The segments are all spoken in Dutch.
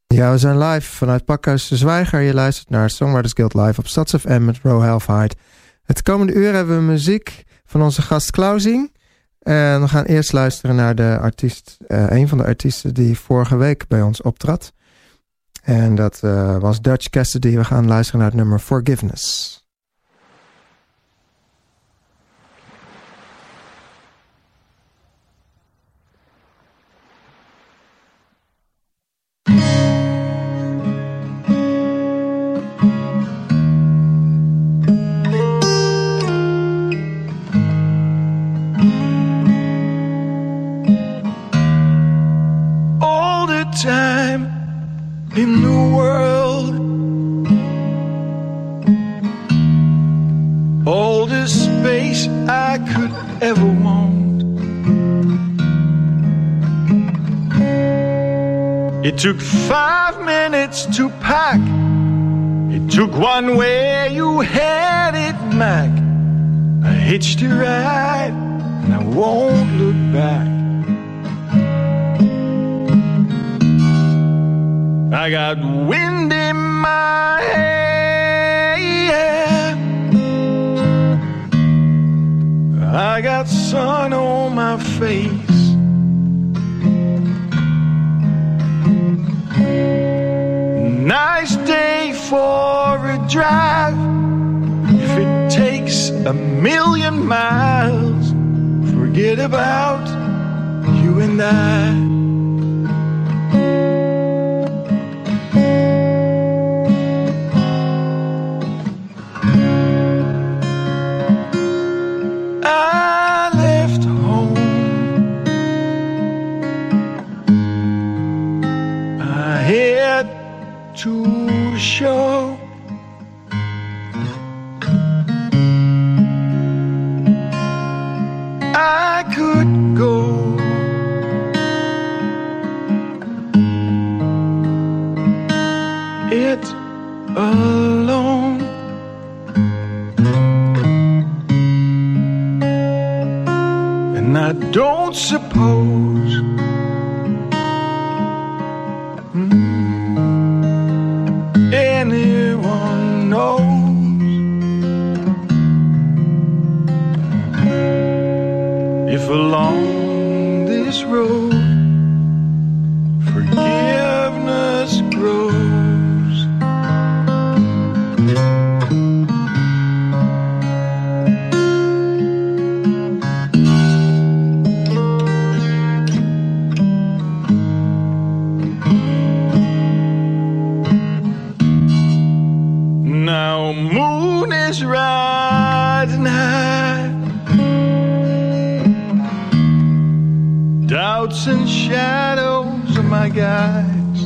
Ja, we zijn live vanuit Pakhuis de Zwijger. Je luistert naar Songwriters Guild Live op StadsFM met Ro Halfheid. Het komende uur hebben we muziek van onze gast Klausing. En we gaan eerst luisteren naar de artiest, een van de artiesten die vorige week bij ons optrad. En dat was Dutch Cassidy. We gaan luisteren naar het nummer Forgiveness. Time in the world, all the space I could ever want. It took 5 minutes to pack. It took one way, you had it, Mac. I hitched a ride and I won't look back. I got wind in my hair, I got sun on my face. Nice day for a drive. If it takes 1,000,000 miles, forget about you and I. To show I could go it alone, and I don't suppose anyone knows if along this road forgiveness grows. Now moon is riding high, doubts and shadows are my guides.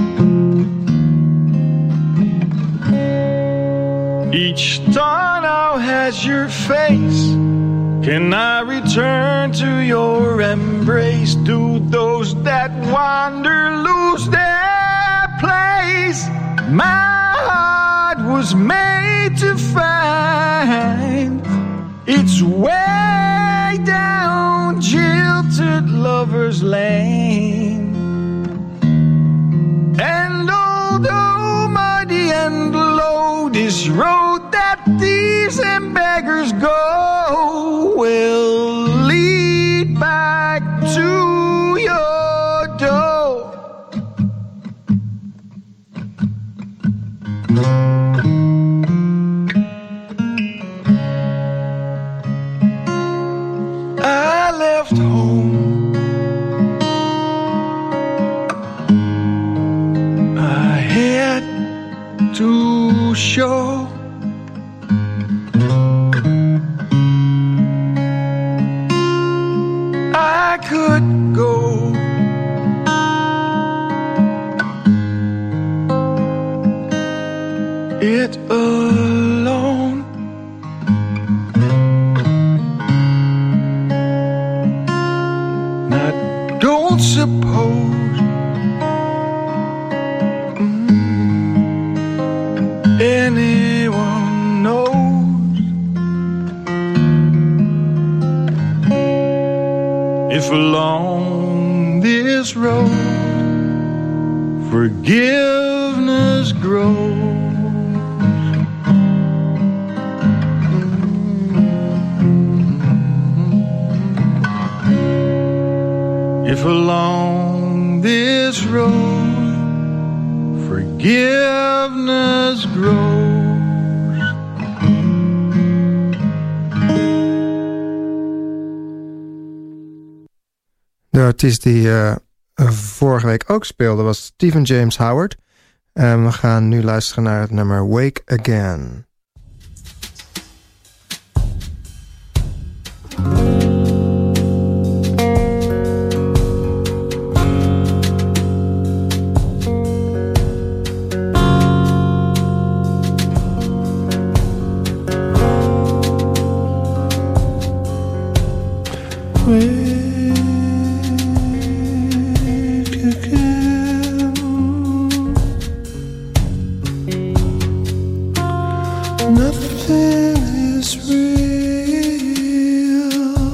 Each star now has your face. Can I return to your embrace? Do those that wander lose their place? My heart was made to find its way down jilted Lover's Lane. And although muddy and low, this road that thieves and beggars go will lead back to your door. I left home, I had to show I could go it alone. And I don't suppose anyone knows if along this road forgiveness grows. If along this road forgiveness grows. De artiest die vorige week ook speelde was Stephen James Howard. En we gaan nu luisteren naar het nummer Wake Again. Nothing is real.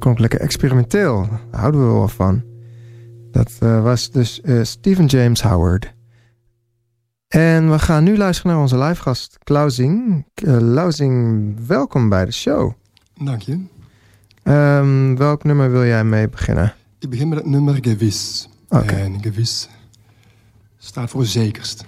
klonk lekker experimenteel. Daar houden we wel van. Dat was dus Stephen James Howard. En we gaan nu luisteren naar onze live gast Klausing. Klausing, welkom bij de show. Dank je. Welk nummer wil jij mee beginnen? Ik begin met het nummer Gewiss. Okay. En Gewiss staat voor zekerst.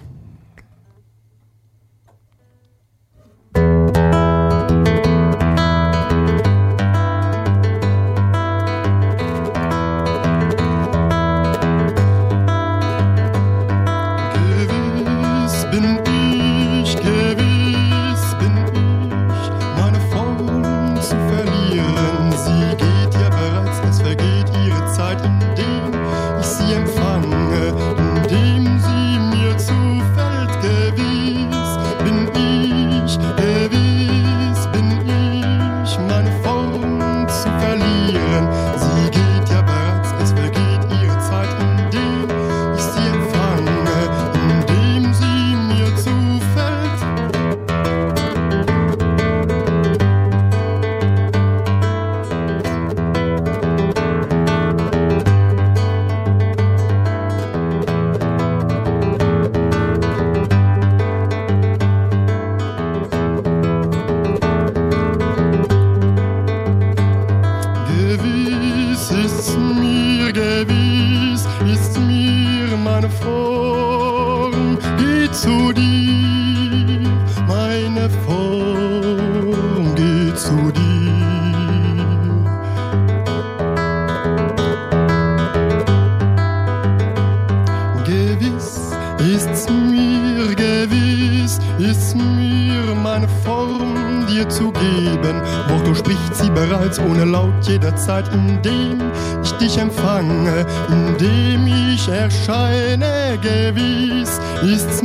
Jederzeit, indem ich dich empfange, indem ich erscheine, gewiss ist's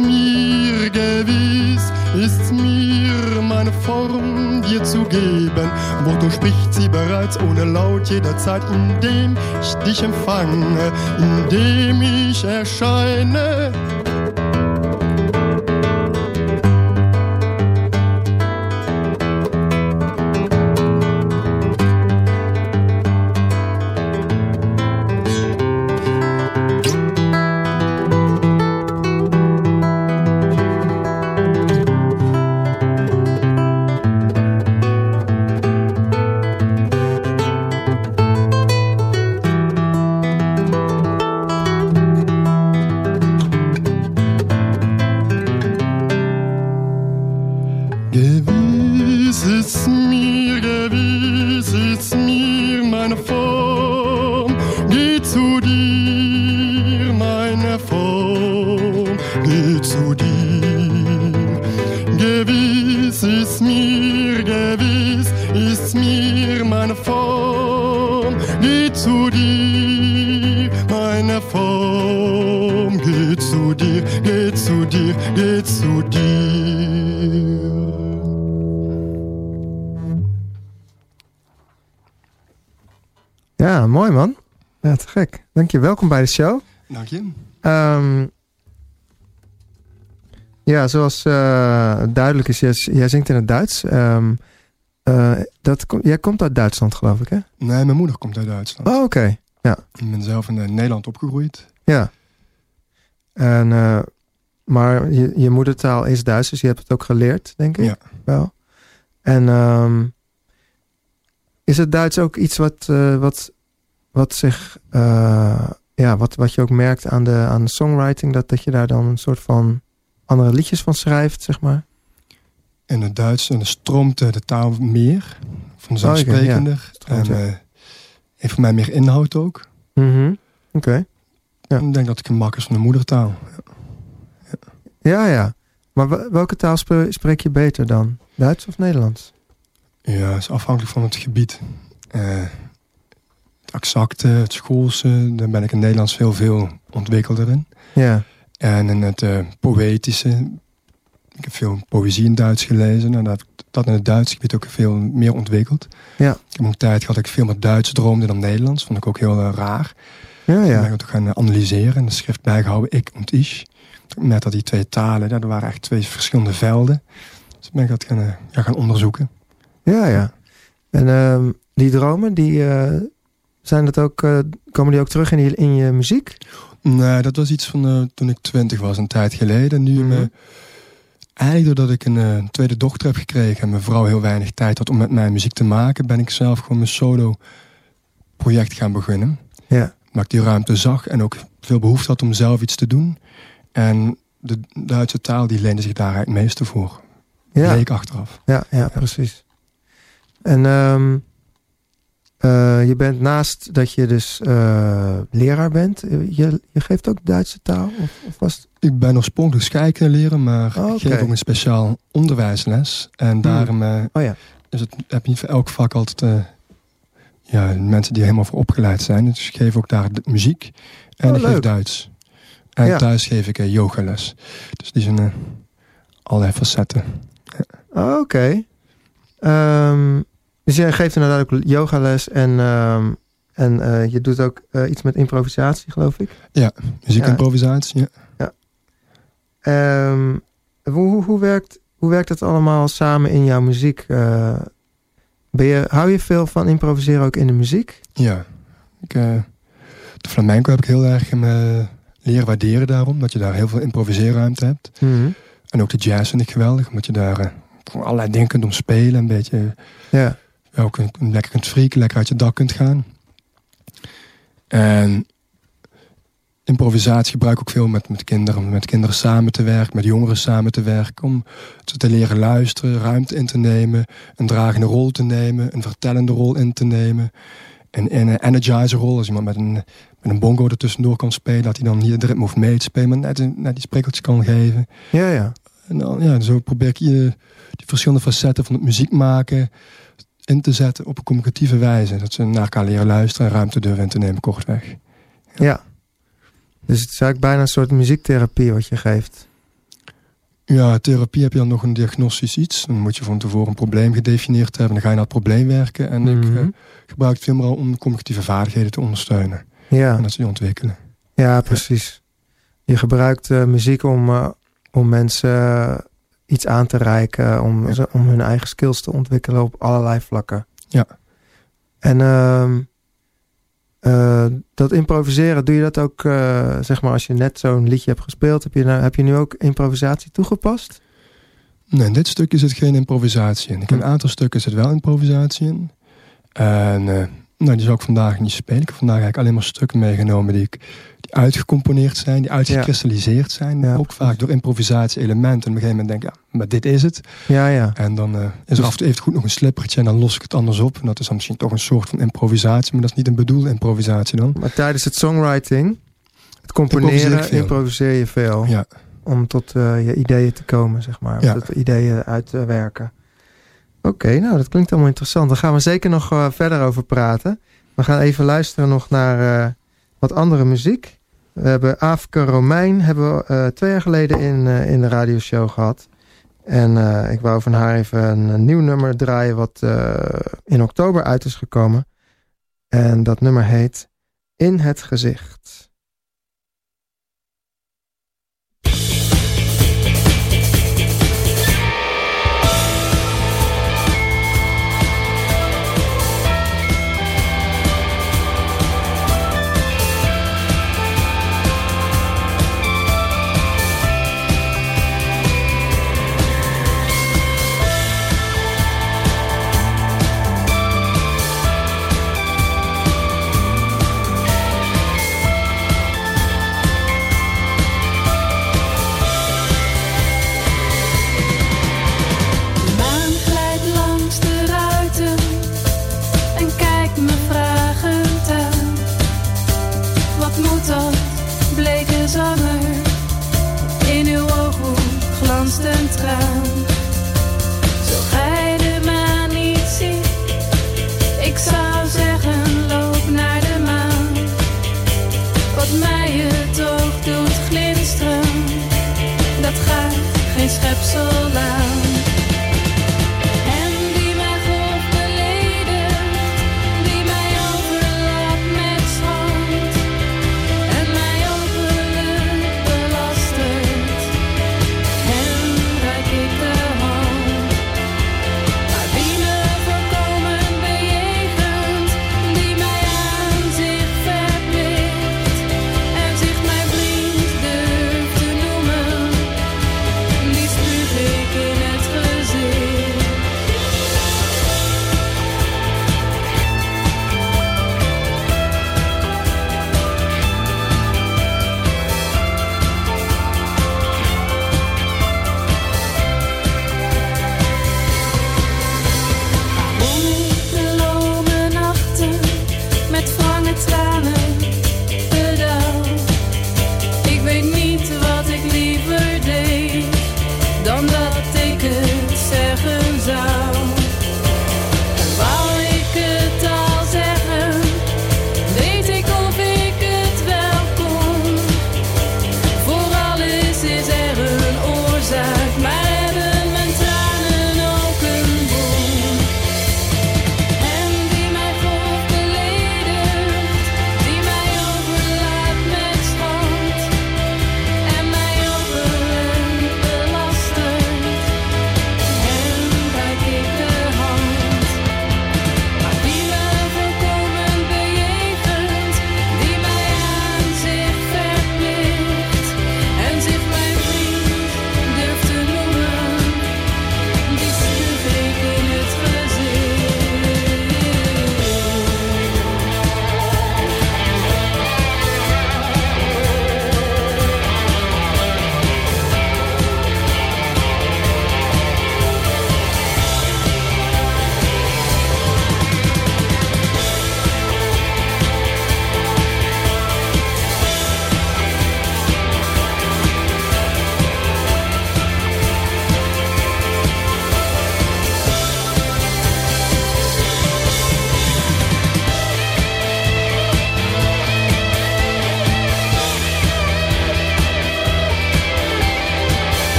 mir meine Form dir zu geben. Wodurch spricht sie bereits ohne Laut jederzeit, indem ich dich empfange, indem ich erscheine. Ja, mooi man. Ja, te gek. Dank je. Welkom bij de show. Dank je. Ja, zoals duidelijk is, jij zingt in het Duits. Jij komt uit Duitsland, geloof ik, hè? Nee, mijn moeder komt uit Duitsland. Oh, oké. Ja. Ik ben zelf in Nederland opgegroeid. Ja. En, maar je moedertaal is Duits, dus je hebt het ook geleerd, denk ik. Ja. Wel. En is het Duits ook iets wat je ook merkt aan de songwriting, dat je daar dan een soort van andere liedjes van schrijft, zeg maar? In het Duits stroomt de taal meer, vanzelfsprekender. Heeft voor mij meer inhoud ook. Mm-hmm. Oké. Ja. Ik denk dat ik een mak is van de moedertaal. Ja. Maar welke taal spreek je beter dan? Duits of Nederlands? Ja, het is afhankelijk van het gebied. Het exacte, het schoolse, daar ben ik in Nederlands veel ontwikkelder in. Ja. En in het poëtische, ik heb veel poëzie in Duits gelezen. En dat in het Duits gebied ook veel meer ontwikkeld. Ja. Ik heb een tijd gehad dat ik veel meer Duits droomde dan Nederlands. Vond ik ook heel raar. Ja. Ik ben het gaan analyseren en de schrift bijgehouden, ik en ich. Met dat die twee talen, dat waren echt twee verschillende velden. Dus ben ik dat gaan onderzoeken. Ja. En die dromen, komen die ook terug in je muziek? Nee, dat was iets van toen ik 20 was, een tijd geleden. Nu, eigenlijk doordat ik een tweede dochter heb gekregen en mijn vrouw heel weinig tijd had om met mij muziek te maken, ben ik zelf gewoon mijn solo project gaan beginnen. Ja. Maar ik die ruimte zag en ook veel behoefte had om zelf iets te doen. En de Duitse taal die leende zich daar eigenlijk het meeste voor. Ja. Bleek achteraf. Ja, precies. En je bent naast dat je dus leraar bent, je geeft ook Duitse taal? Of was het... Ik ben oorspronkelijk scheikundeleraar, maar ik geef ook een speciaal onderwijsles. En daarom heb je niet voor elk vak altijd mensen die helemaal voor opgeleid zijn. Dus ik geef ook daar muziek en ik geef Duits. En thuis geef ik yogales. Dus die zijn allerlei facetten. Ja. Oké. Dus jij geeft inderdaad ook yogales en je doet ook iets met improvisatie, geloof ik? Ja, muziekimprovisatie, ja. Hoe werkt het allemaal samen in jouw muziek? Hou je veel van improviseren ook in de muziek? Ja. De flamenco heb ik heel erg leren waarderen daarom. Dat je daar heel veel improviseerruimte hebt. Mm-hmm. En ook de jazz vind ik geweldig. Omdat je daar allerlei dingen kunt omspelen. Een beetje... Ja. Ook lekker kunt freaken, lekker uit je dak kunt gaan. En improvisatie gebruik ik ook veel met kinderen. Met kinderen samen te werken, met jongeren samen te werken. Om ze te leren luisteren, ruimte in te nemen. Een dragende rol te nemen, een vertellende rol in te nemen. En een energizer rol, als iemand met een bongo er tussendoor kan spelen. Dat hij dan niet het ritme hoeft mee te spelen, maar net die sprekkeltjes kan geven. Ja. En dan, zo probeer ik die verschillende facetten van het muziek maken in te zetten op een communicatieve wijze. Dat ze naar elkaar leren luisteren en ruimte durven in te nemen, kortweg. Ja. Dus het is eigenlijk bijna een soort muziektherapie wat je geeft. Ja, therapie heb je dan nog een diagnostisch iets. Dan moet je van tevoren een probleem gedefinieerd hebben. Dan ga je naar het probleem werken. En ik gebruik het veel meer om communicatieve vaardigheden te ondersteunen. Ja. En dat ze die ontwikkelen. Ja, precies. Je gebruikt muziek om mensen iets aan te reiken. Om hun eigen skills te ontwikkelen op allerlei vlakken. Ja. En dat improviseren, doe je dat ook, zeg maar, als je net zo'n liedje hebt gespeeld, heb je nu ook improvisatie toegepast? Nee, in dit stukje zit geen improvisatie in. In een aantal stukken zit wel improvisatie in. En die zou ik vandaag niet spelen. Ik heb vandaag eigenlijk alleen maar stukken meegenomen die uitgecomponeerd zijn, die uitgekristalliseerd zijn. Ja, ook vaak door improvisatie-elementen. En op een gegeven moment denk ik, maar dit is het. Ja. En dan is er af en toe even goed nog een slippertje en dan los ik het anders op. En dat is dan misschien toch een soort van improvisatie, maar dat is niet een bedoelde improvisatie dan. Maar tijdens het songwriting, het componeren, improviseer je veel. Ja. Om tot je ideeën te komen, zeg maar. Ja. Tot ideeën uit te werken. Oké, nou, dat klinkt allemaal interessant. Daar gaan we zeker nog verder over praten. We gaan even luisteren nog naar wat andere muziek. We hebben Aafke Romein 2 jaar geleden in de radioshow gehad. En ik wou van haar even een nieuw nummer draaien wat in oktober uit is gekomen. En dat nummer heet In het Gezicht. Maar wie me voorkomen bejegent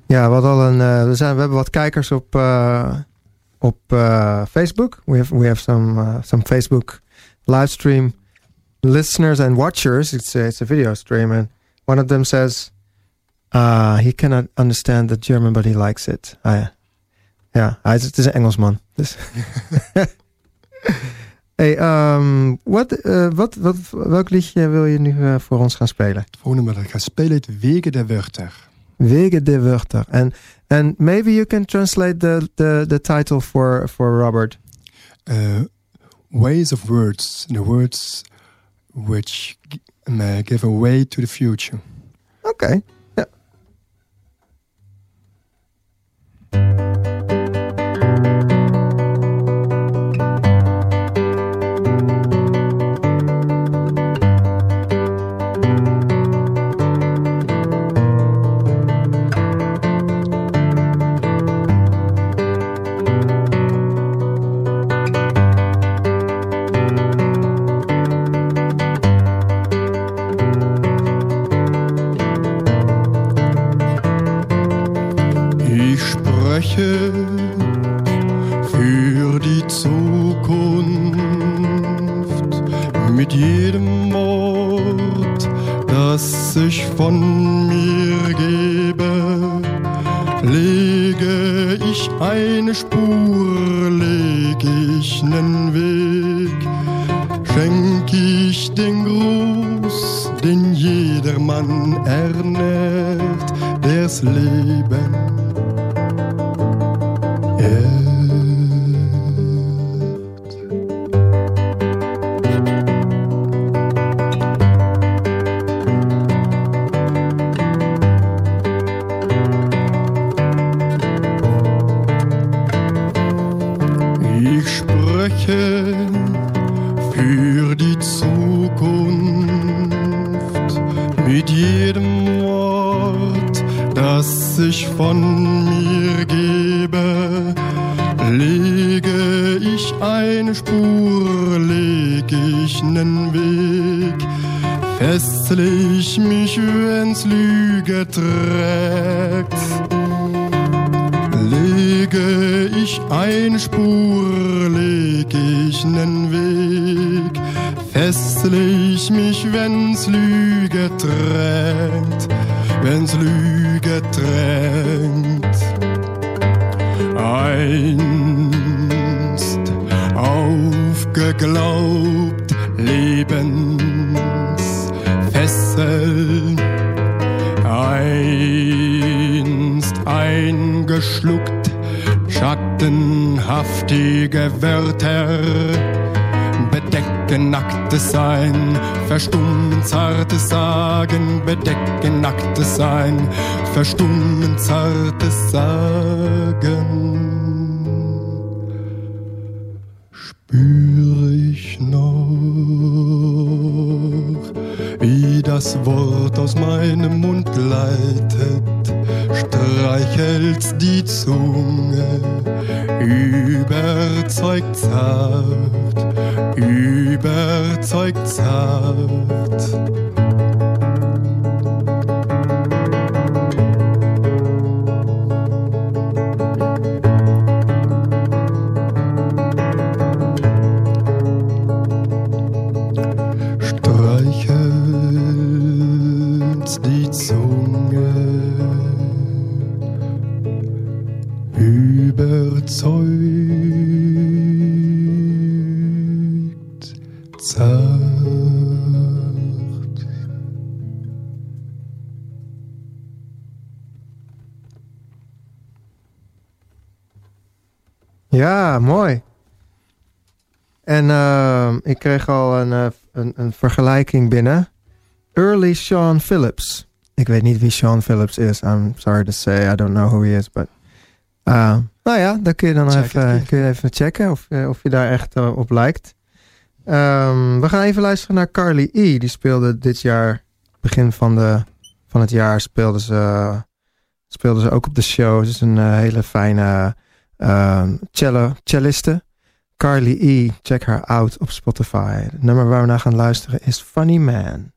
Ja, we hadden al we hebben wat kijkers op Facebook. We have some Facebook livestream listeners and watchers. It's a video stream, and one of them says he cannot understand the German, but he likes it. Het is een Engelsman. Dus. Hey, welk liedje wil je nu voor ons gaan spelen? Het volgende dat ik ga spelen heet Wege der Wörter. Wege der Wörter. And maybe you can translate the title for Robert. Ways of words. The words which give a way to the future. Okay. Yeah. Für die Zukunft mit jedem Wort, das ich von mir gebe, lege ich eine Spur, lege ich nen Weg, schenk ich den Gruß, den jedermann ernährt, der's Leben Ich spreche für die Zukunft mit jedem Wort, das ich von mir gebe, lege ich eine Spur, lege ich nen Weg, fessel ich mich, wenn's Lüge trägt. Lege ich eine Spur, lege ich nen Weg, fessel ich mich, wenn's Lüge drängt, wenn's Lüge drängt. Einst aufgeglaubt, Lebensfessel, einst eingeschluckt, schattenhaftige Wörter, bedecken nacktes Sein, verstummen zartes Sagen, bedecken nacktes Sein, verstummen zartes Sagen. Spüre ich noch, wie das Wort aus meinem Mund gleitet, streichelt's die Zunge, überzeugt zart, überzeugt zart. Streichelt's die Zunge, überzeugt zart. Ja, mooi. En ik kreeg al een vergelijking binnen. Early Sean Phillips. Ik weet niet wie Sean Phillips is. I'm sorry to say, I don't know who he is. But, nou ja, dan kun je dan even checken of je daar echt op lijkt. We gaan even luisteren naar Carly E. Die speelde dit jaar, begin van het jaar, speelde ze ook op de show. Ze is een hele fijne celliste. Carly E. Check haar out op Spotify. Het nummer waar we naar gaan luisteren is Funny Man.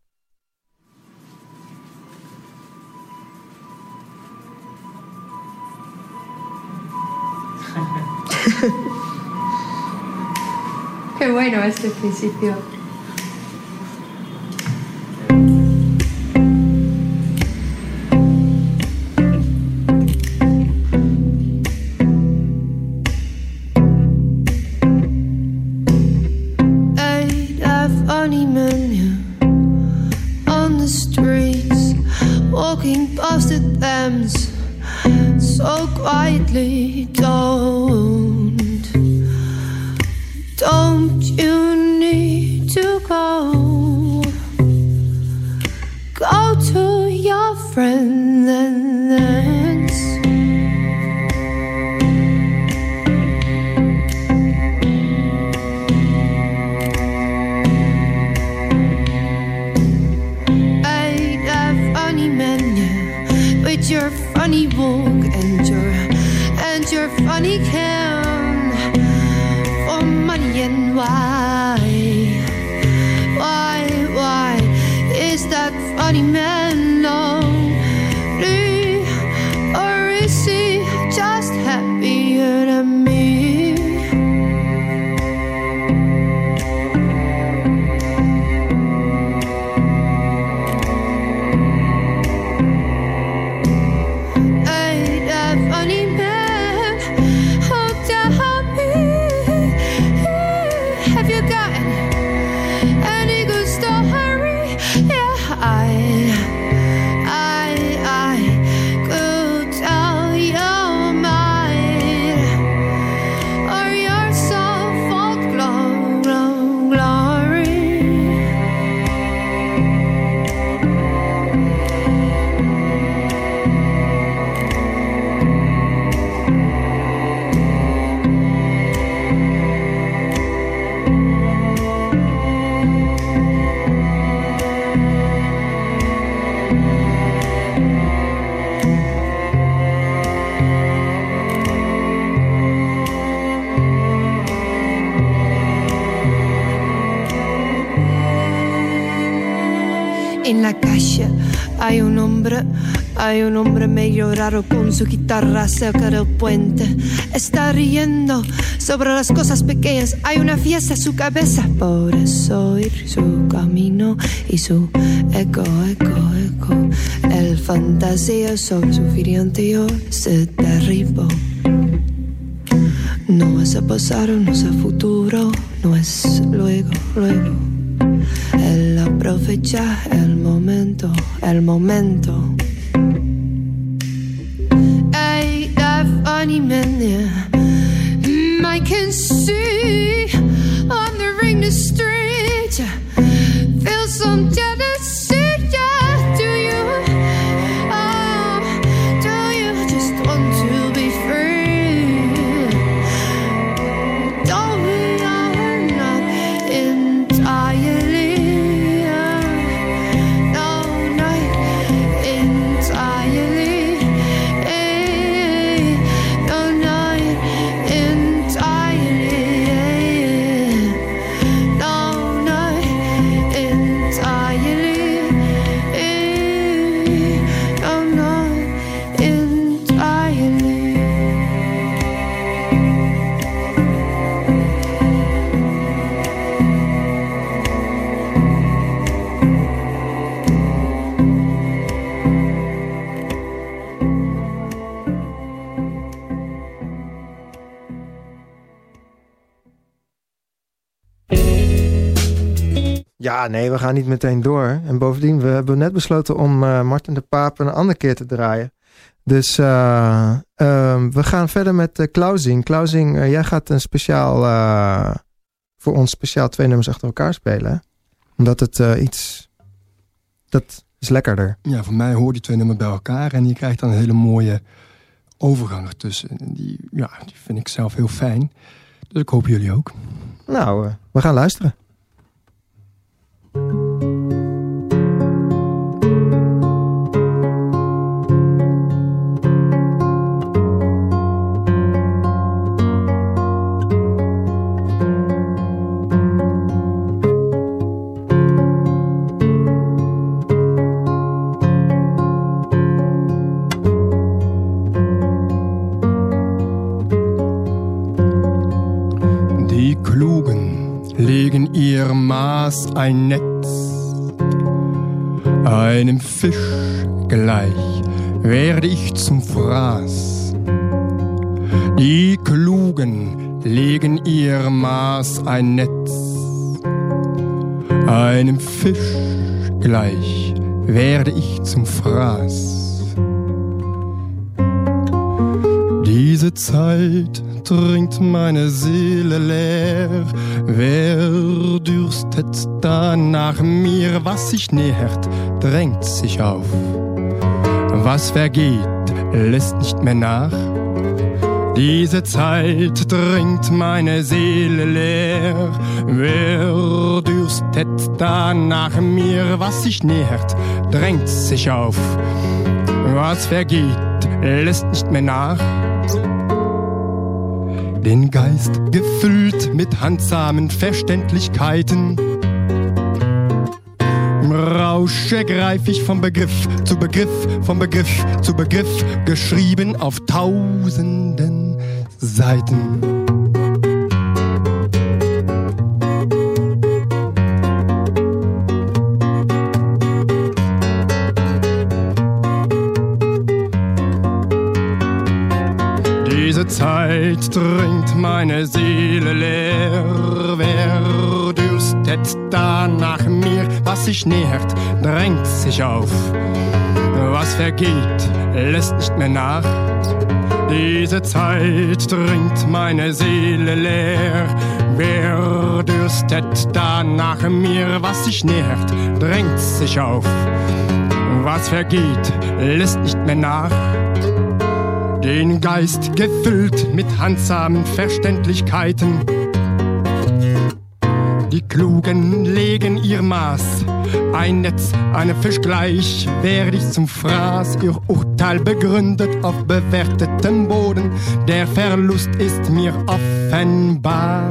Qué bueno este principio. Ate a funny menu on the streets, walking past the Thames so quietly. Don't you need to go to your friends and dance? Ate a funny menu with your funny book and your funny can for money. And why is that funny man lonely, or is he just happier than me? Ain't that funny man? Oh, tell me, have you got any good story? Yeah, I could tell you mine, or your soul full glory. En la calle hay un hombre medio raro con su guitarra cerca del puente. Está riendo sobre las cosas pequeñas, hay una fiesta en su cabeza. Por eso ir su camino y su eco. El fantasioso sufrió anterior se derribó. No es el pasado, no es el futuro, no es luego. Él aprovecha el momento. Hey, that funny man, yeah. I can see on the ring the street. Feel some jealousy, yeah. Do you just want to be free? Don't we are not entirely. Ja, nee, we gaan niet meteen door. En bovendien, we hebben net besloten om Martin de Paap een andere keer te draaien. Dus we gaan verder met Klausing. Klausing, jij gaat een voor ons speciaal 2 nummers achter elkaar spelen. Hè? Omdat het dat is lekkerder. Ja, voor mij hoort die 2 nummers bij elkaar. En je krijgt dan een hele mooie overgang ertussen. En die vind ik zelf heel fijn. Dus ik hoop jullie ook. Nou, we gaan luisteren. Die Klugen legen ihr Maß ein Netz, einem Fisch gleich werde ich zum Fraß. Die Klugen legen ihr Maß ein Netz, einem Fisch gleich werde ich zum Fraß. Diese Zeit trinkt meine Seele leer, wer dürstet da nach mir? Was sich nähert, drängt sich auf, was vergeht, lässt nicht mehr nach. Diese Zeit trinkt meine Seele leer, wer dürstet da nach mir? Was sich nähert, drängt sich auf, was vergeht, lässt nicht mehr nach. Den Geist gefüllt mit handsamen Verständlichkeiten, im Rausche greif ich vom Begriff zu Begriff, vom Begriff zu Begriff, geschrieben auf tausenden Seiten. Diese Zeit trinkt meine Seele leer, wer dürstet da nach mir? Was sich nähert, drängt sich auf, was vergeht, lässt nicht mehr nach. Diese Zeit trinkt meine Seele leer, wer dürstet da nach mir? Was sich nähert, drängt sich auf, was vergeht, lässt nicht mehr nach. Den Geist gefüllt mit handsamen Verständlichkeiten, die Klugen legen ihr Maß, ein Netz, einem Fisch gleich werde ich zum Fraß. Ihr Urteil begründet auf bewertetem Boden, der Verlust ist mir offenbar.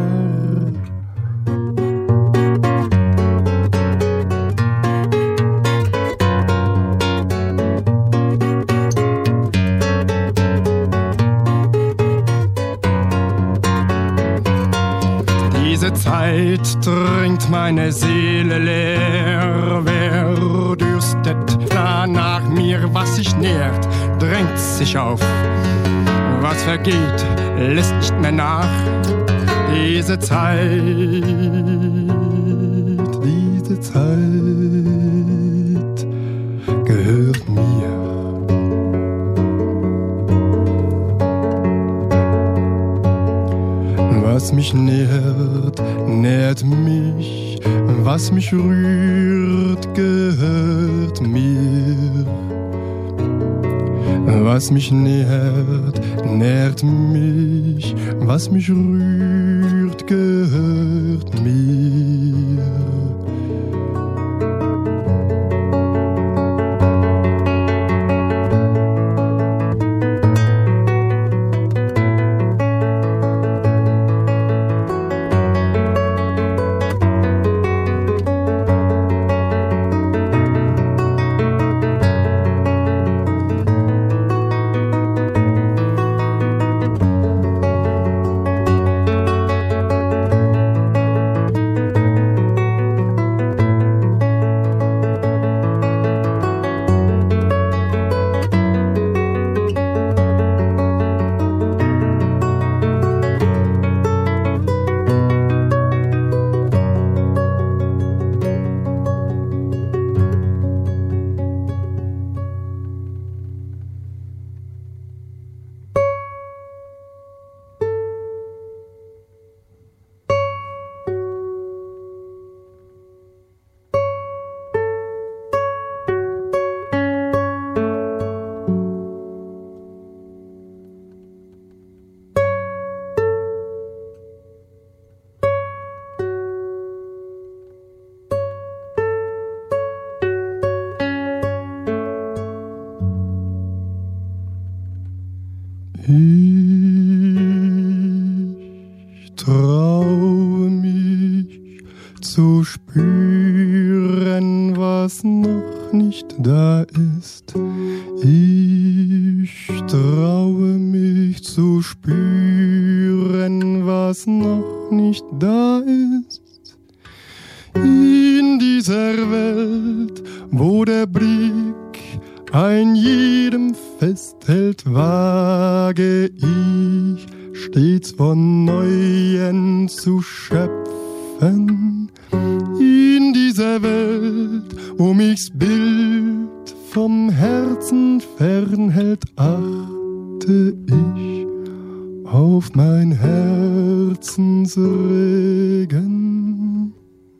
Diese Zeit trinkt meine Seele leer, wer dürstet da nach mir? Was sich nähert, drängt sich auf, was vergeht, lässt nicht mehr nach. Diese Zeit gehört mir. Was mich nährt, nährt mich, was mich rührt, gehört mir. Was mich nährt, nährt mich, was mich rührt, gehört mir. Ich traue mich zu spüren, was noch nicht da ist. Ich traue mich zu spüren, was noch nicht da ist. In dieser Welt, wo der Blick ein jedem festhält, wage ich stets von Neuem zu schöpfen. In dieser Welt, wo mich's Bild vom Herzen fernhält, achte ich auf mein Herzensregen.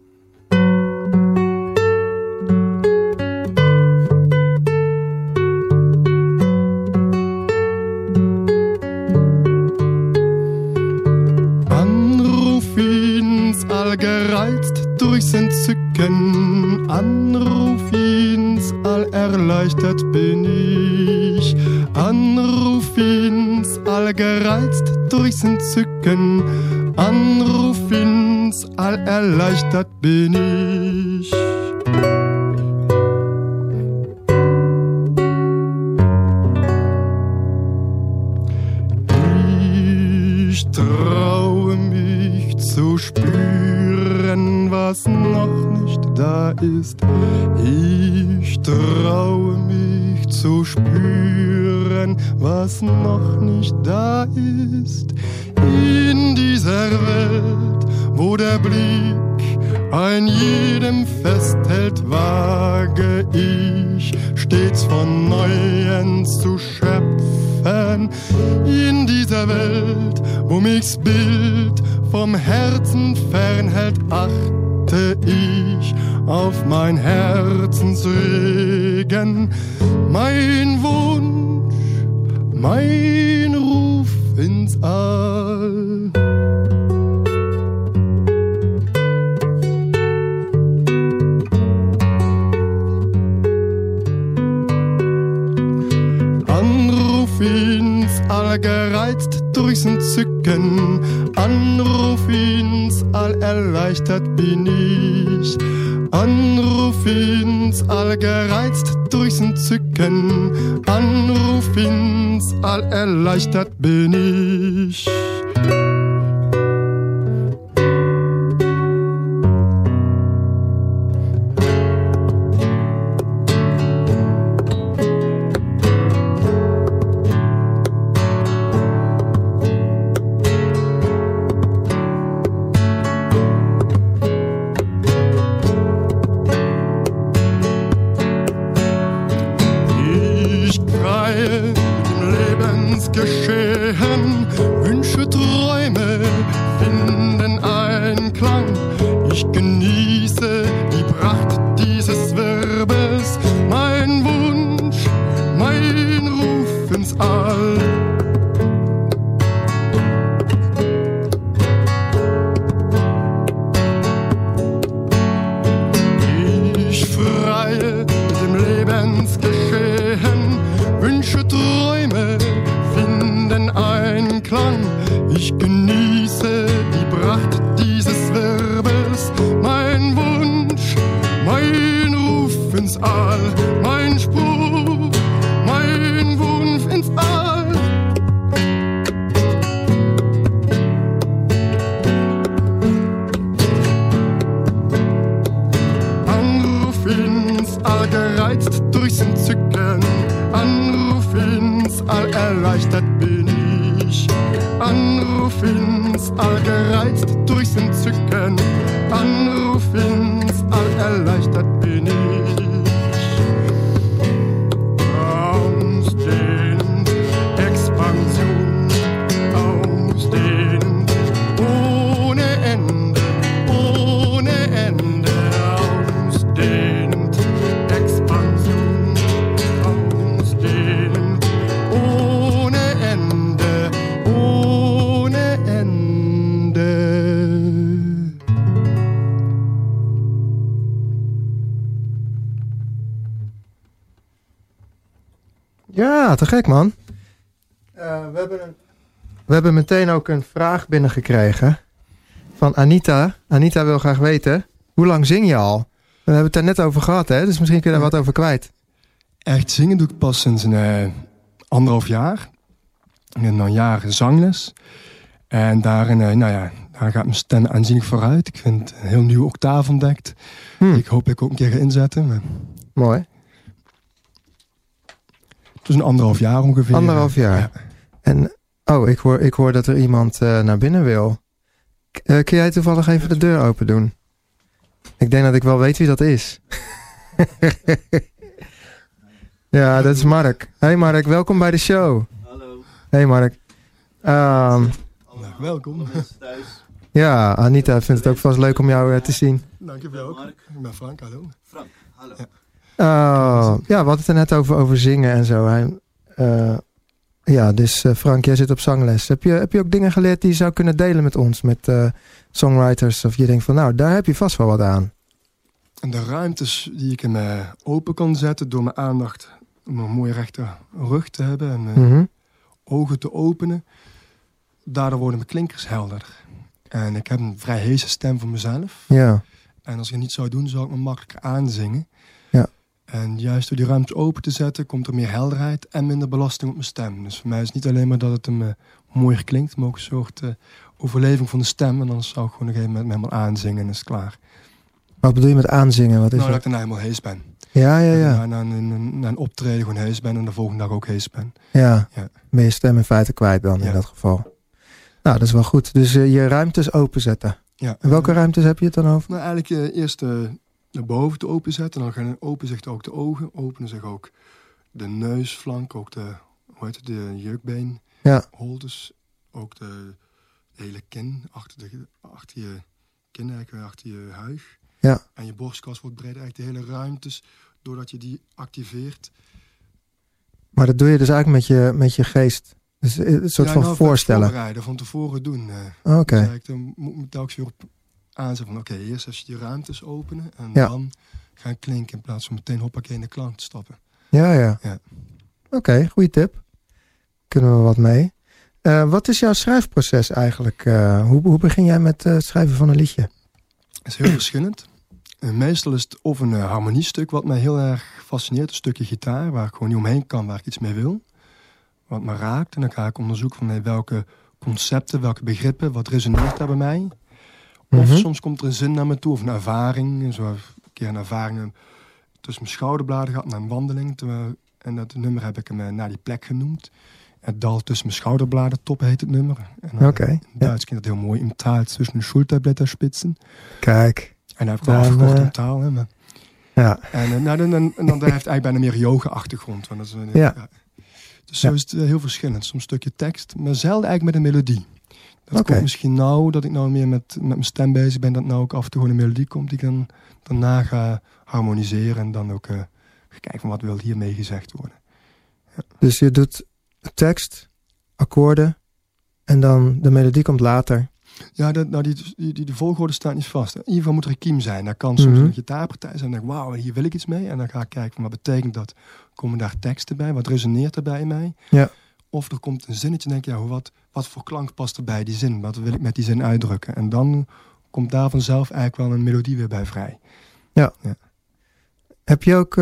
Anruf ins All gereizt durchs Entzücken, Anruf ins All erleichtert bin ich. Anruf ins All gereizt durchs Entzücken, Anruf ins All erleichtert bin ich. Ich traue mich zu spüren, was noch nicht da ist. Ich traue mich zu spüren, was noch nicht da ist. In dieser Welt, wo der Blick ein jedem festhält, wage ich stets von Neuem zu schöpfen. In dieser Welt, wo mich's Bild vom Herzen fernhält, achte ich auf mein Herzensregen. Mein Wunsch, mein Ruf ins All. Anruf ins All gereizt durchs Entzücken, Anruf ins All erleichtert bin ich. Anruf ins All gereizt durchs Entzücken, Anruf ins All erleichtert bin ich. Ja, te gek man. We hebben meteen ook een vraag binnengekregen van Anita. Anita wil graag weten, hoe lang zing je al? We hebben het daar net over gehad, hè? Dus misschien kun je daar wat over kwijt. Echt zingen doe ik pas sinds 1,5 jaar. En dan jaren zangles. En daarin, Daar gaat mijn stem aanzienlijk vooruit. Ik vind een heel nieuwe octaaf ontdekt. Ik hoop dat ik ook een keer ga inzetten. Maar... Mooi. Het is een 1,5 jaar ongeveer. 1,5 jaar. Ja. En ik hoor dat er iemand naar binnen wil. Kun jij toevallig even de deur open doen? Ik denk dat ik wel weet wie dat is. Ja, dat is Mark. Hey Mark, welkom bij de show. Hallo. Hey Mark. Welkom. Thuis. Ja, Anita vindt het ook vast leuk om jou te zien. Dankjewel. Mark. Ik ben Frank, hallo. Frank, hallo. Ja, we hadden het er net over zingen en zo. Dus Frank, jij zit op zangles. Heb je ook dingen geleerd die je zou kunnen delen met ons? Met songwriters? Of je denkt van, nou, daar heb je vast wel wat aan. En de ruimtes die ik in me open kan zetten door mijn aandacht... om een mooie rechte rug te hebben en mijn ogen te openen... daardoor worden mijn klinkers helder. En ik heb een vrij heese stem voor mezelf. Ja. En als ik het niet zou doen, zou ik me makkelijker aanzingen. Ja. En juist door die ruimte open te zetten, komt er meer helderheid en minder belasting op mijn stem. Dus voor mij is het niet alleen maar dat het hem mooier klinkt, maar ook een soort overleving van de stem. En dan zou ik gewoon op een gegeven moment helemaal aanzingen en is het klaar. Wat bedoel je met aanzingen? Wat is dat ik daarna helemaal hees ben. Ja. Na een optreden gewoon hees ben en de volgende dag ook hees ben. Ja. Ben je stem in feite kwijt dan in dat geval. Nou, dat is wel goed. Dus je ruimtes openzetten. Ja. En welke ruimtes heb je het dan over? Nou, eigenlijk eerst naar boven te openzetten. Dan gaan open zich ook de ogen. Openen zich ook de neusflank. Ook de jukbeen. Ja. Holtes. Ook de hele kin. Achter je kin, eigenlijk achter je huig. Ja. En je borstkas wordt breder. Eigenlijk de hele ruimtes. Doordat je die activeert. Maar dat doe je dus eigenlijk met je geest. Dus een soort van voorstellen. Voorbereiden, van tevoren doen. Oké. Dus dan moet ik telkens weer op aanzetten van... Oké, eerst als je die ruimtes openen... en dan gaan klinken in plaats van meteen hoppakee in de klank te stappen. Ja. Oké, goede tip. Kunnen we wat mee. Wat is jouw schrijfproces eigenlijk? Hoe begin jij met het schrijven van een liedje? Het is heel verschillend. Meestal is het of een harmoniestuk wat mij heel erg fascineert. Een stukje gitaar waar ik gewoon niet omheen kan, waar ik iets mee wil. Wat me raakt. En dan ga ik onderzoeken van welke concepten, welke begrippen, wat resoneert daar bij mij. Of soms komt er een zin naar me toe of een ervaring. Zo een keer een ervaring tussen mijn schouderbladen gehad na een wandeling. En dat nummer heb ik hem naar die plek genoemd. Het dal tussen mijn schouderbladen, top heet het nummer. In Duits klinkt dat heel mooi. Im Tal tussen de Schulterblätterspitzen. Kijk. En dan heb ik wel afgekocht in taal. Hè, maar... Ja. En dan heeft het eigenlijk bijna meer yoga-achtergrond. Want dat is, Dus zo is het heel verschillend. Soms een stukje tekst, maar zelden eigenlijk met een melodie. Dat komt misschien nou, dat ik nou meer met mijn stem bezig ben, dat nou ook af en toe gewoon een melodie komt die ik dan daarna ga harmoniseren en dan ook kijken van wat wil hiermee gezegd worden. Ja. Dus je doet tekst, akkoorden en dan de melodie komt later. Ja, die volgorde staat niet vast. In ieder geval moet er een kiem zijn. Daar kan soms een gitaarpartij zijn. Dan denk ik, wauw, hier wil ik iets mee. En dan ga ik kijken van wat betekent dat. Komen daar teksten bij? Wat resoneert er bij mij? Ja. Of er komt een zinnetje en denk ik, wat voor klank past er bij die zin? Wat wil ik met die zin uitdrukken? En dan komt daar vanzelf eigenlijk wel een melodie weer bij vrij. Ja. Heb je ook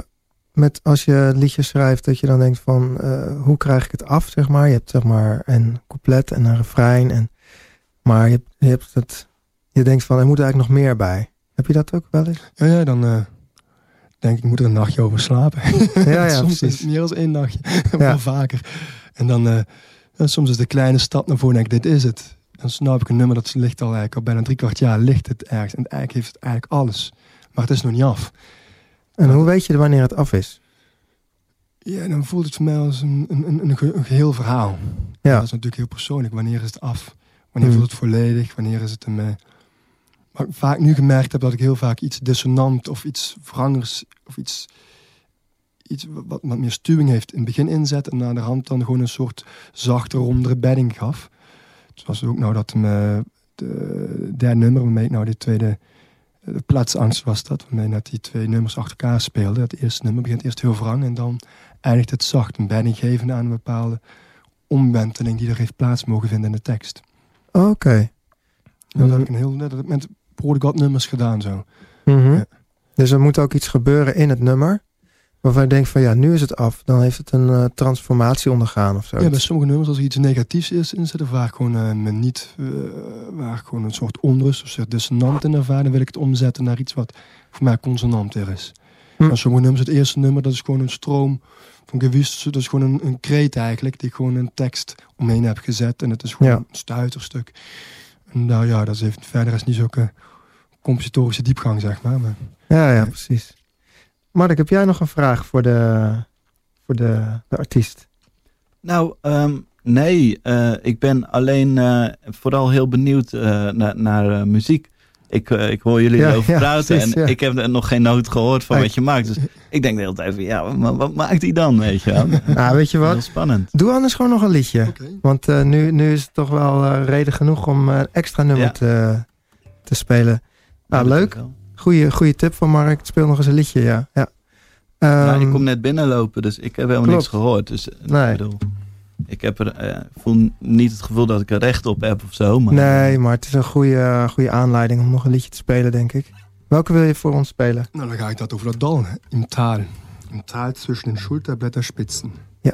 als je liedjes schrijft dat je dan denkt van hoe krijg ik het af, zeg maar? Je hebt zeg maar een couplet en een refrein maar je denkt van, er moet eigenlijk nog meer bij. Heb je dat ook wel eens? Ja, dan denk ik moet er een nachtje over slapen. Ja, soms precies. is het meer als 1 nachtje, wel vaker. En dan soms is de kleine stap naar voren en denk ik, dit is het. En nu heb ik een nummer dat ligt al bijna 3/4 jaar ligt het ergens. En eigenlijk heeft het eigenlijk alles. Maar het is nog niet af. En hoe weet je wanneer het af is? Ja, dan voelt het voor mij als een geheel verhaal. Ja. Dat is natuurlijk heel persoonlijk. Wanneer is het af? Wanneer voelt het volledig? Wanneer is het een... Wat ik vaak nu gemerkt heb, dat ik heel vaak iets dissonant of iets verhangers of iets wat meer stuwing heeft in het begin inzet en naar de hand dan gewoon een soort zachte, rondere bedding gaf. Het was ook nou dat de derde nummer waarmee ik nou de tweede plaatsangst was dat, waarmee net die 2 nummers achter elkaar speelden. Het eerste nummer begint eerst heel wrang en dan eindigt het zacht, een bedding geven aan een bepaalde omwenteling die er heeft plaats mogen vinden in de tekst. Oké. Dat heb ik met Prodigat nummers gedaan zo. Ja. Dus er moet ook iets gebeuren in het nummer. waarvan je denkt van ja, nu is het af. Dan heeft het een transformatie ondergaan of zo. Ja, bij sommige nummers als er iets negatiefs is zit, waar gewoon waar gewoon een soort onrust of soort dissonant in ervaren, dan wil ik het omzetten naar iets wat voor mij consonanter is. En sommige nummers, het eerste nummer, dat is gewoon een stroom van gewist. Dat is gewoon een kreet eigenlijk, die ik gewoon een tekst omheen heb gezet. En het is gewoon een stuiterstuk. En nou ja, dat heeft verder is niet zulke compositorische diepgang, zeg maar. Ja, precies. Mark, heb jij nog een vraag voor de artiest? Nou, nee. Ik ben alleen vooral heel benieuwd naar muziek. Ik hoor jullie erover praten precies, en ik heb nog geen noot gehoord van wat je maakt. Dus ik denk de hele tijd van, maar wat maakt hij dan, weet je wel? Nou, weet je wat? Heel spannend. Doe anders gewoon nog een liedje. Okay. Want nu is het toch wel reden genoeg om een extra nummer te spelen. Nou, leuk. Goeie tip van Mark. Speel nog eens een liedje, ja. Ik kom net binnenlopen, dus ik heb helemaal niks gehoord. Dus ik voel niet het gevoel dat ik er recht op heb of zo. Maar... Nee, maar het is een goede aanleiding om nog een liedje te spelen, denk ik. Welke wil je voor ons spelen? Nou, dan ga ik dat over dat dal. Im Tal. Im Tal zwischen den Schulterblätterspitzen. Ja.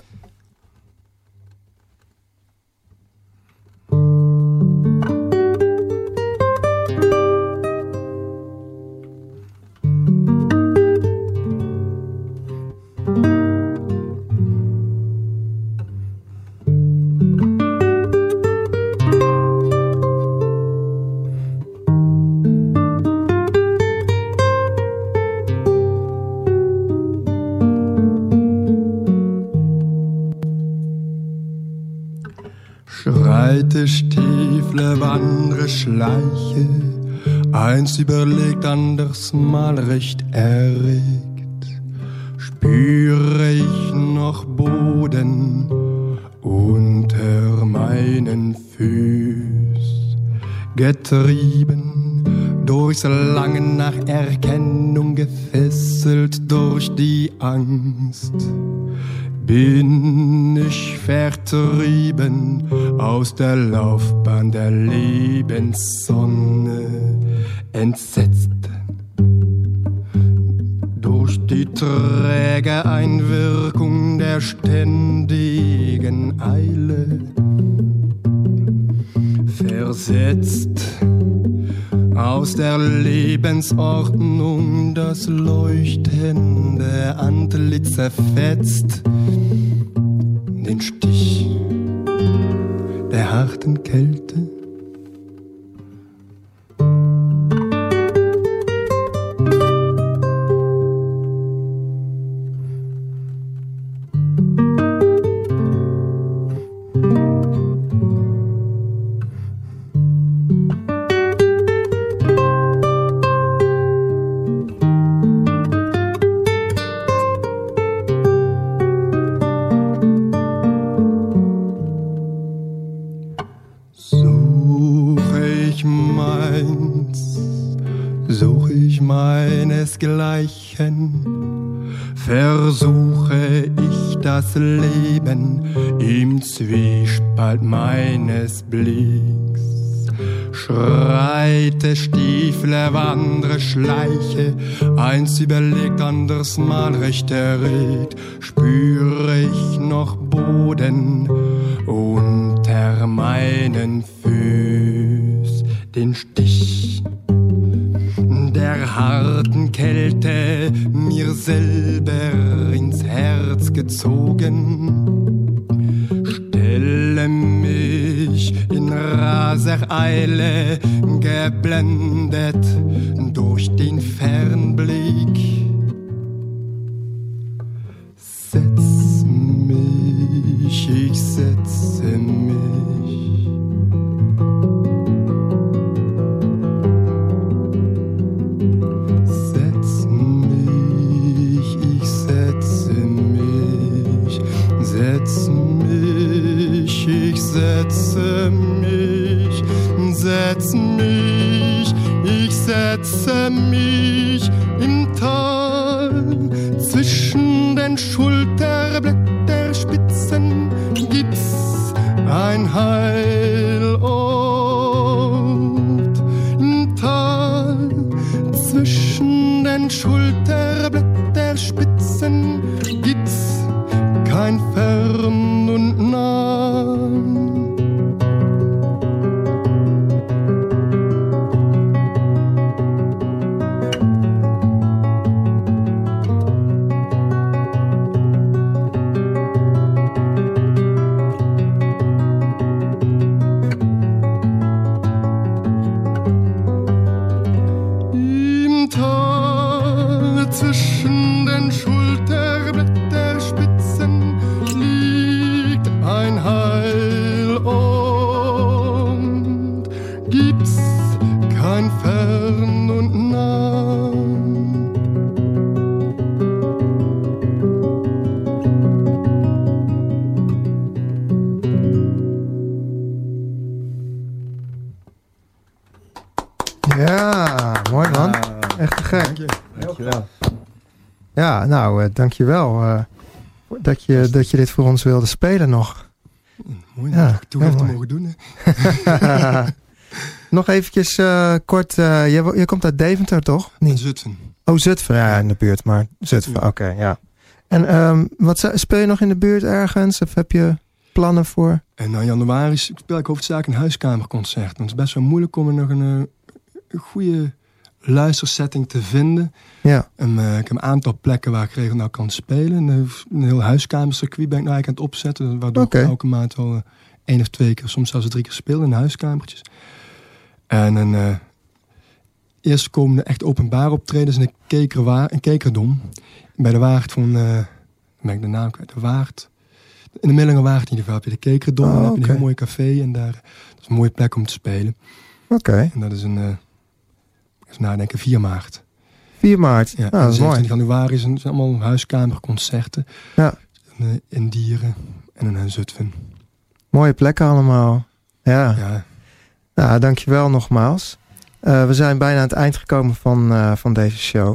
Schreite, Stiefel, wandre, schleiche, eins überlegt, anders mal recht erregt. Spüre ich noch Boden unter meinen Füß, getrieben durchs Langen nach Erkennung, gefesselt durch die Angst. Bin ich vertrieben aus der Laufbahn der Lebenssonne, entsetzt durch die träge Einwirkung der ständigen Eile, versetzt aus der Lebensordnung das leuchtende Antlitz zerfetzt, den Stich der harten Kälte. Versuche ich das Leben im Zwiespalt meines Blicks. Schreite, Stiefle, wandre, schleiche, eins überlegt, anders mal recht erregt. Spüre ich noch Boden unter meinen Füßen, den Stich der harten Kälte mir selber ins Herz gezogen. Stelle mich in raser Eile, geblendet durch den Fernblick. Setz mich, ich setze mich. Setz mich, ich setze mich im Tal. Zwischen den Schulterblätterspitzen gibt's ein Heilort. Im Tal, zwischen den Schulterblätterspitzen fern und nah. Ja, mooi man. Echt te gek. Dankjewel. Ja, nou, dankjewel dat je dit voor ons wilde spelen nog. Mooi, dat ik toch even mogen doen. Hè? Nog eventjes kort, je komt uit Deventer, toch? Nee. Zutphen. Oh, Zutphen, ja, in de buurt, maar Zutphen, oké, ja. En speel je nog in de buurt ergens, of heb je plannen voor? En in januari speel ik hoofdzakelijk een huiskamerconcert. Want het is best wel moeilijk om er nog een goede luistersetting te vinden. Ja. En, ik heb een aantal plekken waar ik regelmatig kan spelen. Een heel huiskamercircuit ben ik nou eigenlijk aan het opzetten. Waardoor ik elke maand wel 1 of 2 keer, soms zelfs 3 keer speel in huiskamertjes. En een eerstkomende echt openbare optredens in een Kekerdom. Bij de Waard van, ben ik de naam kwijt, de Waard. In de Millingerwaard in ieder geval heb je de Kekerdom. En dan heb je een heel mooi café en daar, dat is een mooie plek om te spelen. Oké. En dat is even nadenken, 4 maart. 4 maart, ja, dat is mooi. 17 januari zijn allemaal huiskamerconcerten. Ja. In Dieren en in Zutphen. Mooie plekken allemaal. Ja. Nou, dankjewel nogmaals. We zijn bijna aan het eind gekomen van deze show.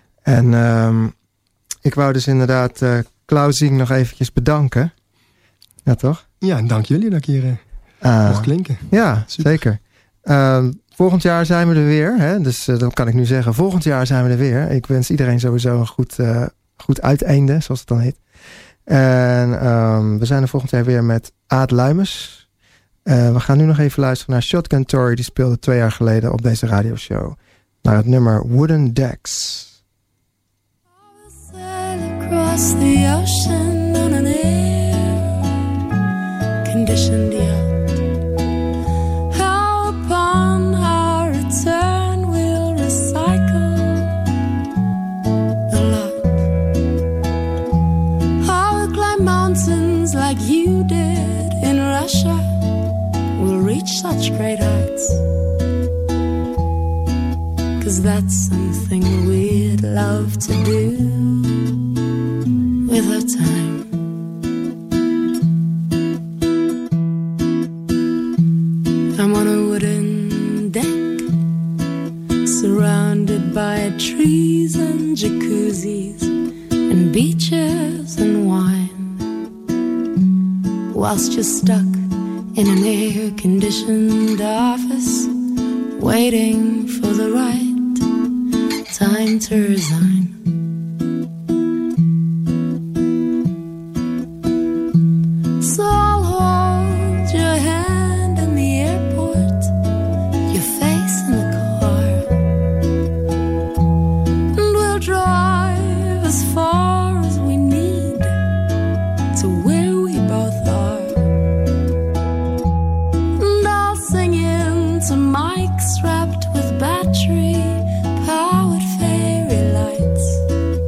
En ik wou dus inderdaad Klausing nog eventjes bedanken. Ja, toch? Ja, en dank jullie dat ik hier mocht klinken. Ja, super. Zeker. Volgend jaar zijn we er weer. Hè? Dus dan kan ik nu zeggen, volgend jaar zijn we er weer. Ik wens iedereen sowieso een goed uiteinde, zoals het dan heet. En we zijn er volgend jaar weer met Aad Luimers. We gaan nu nog even luisteren naar Shotgun Tory. Die speelde 2 jaar geleden op deze radioshow. Naar het nummer Wooden Decks. Across the ocean on an air-conditioned yacht. How upon our return we'll recycle a lot. How we'll climb mountains like you did in Russia. We'll reach such great heights. 'Cause that's something we'd love to do with our time. I'm on a wooden deck, surrounded by trees and jacuzzis and beaches and wine, whilst you're stuck in an air-conditioned office, waiting for the right time to resign. So I'll hold your hand in the airport, your face in the car, and we'll drive as far as we need to where we both are. And I'll sing into mics wrapped with battery-powered fairy lights,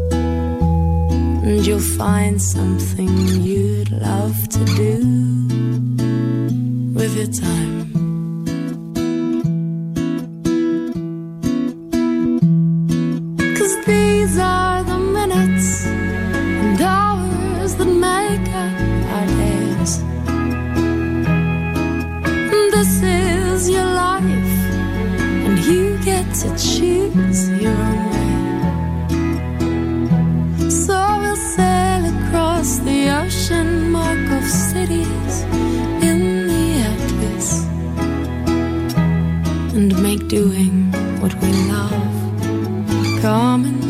and you'll find something you'd love to do with your time. 'Cause these are the minutes and hours that make up our days. This is your life, and you get to choose your own way. So we'll sail across the ocean, mark off cities in the atlas, and make doing what we love common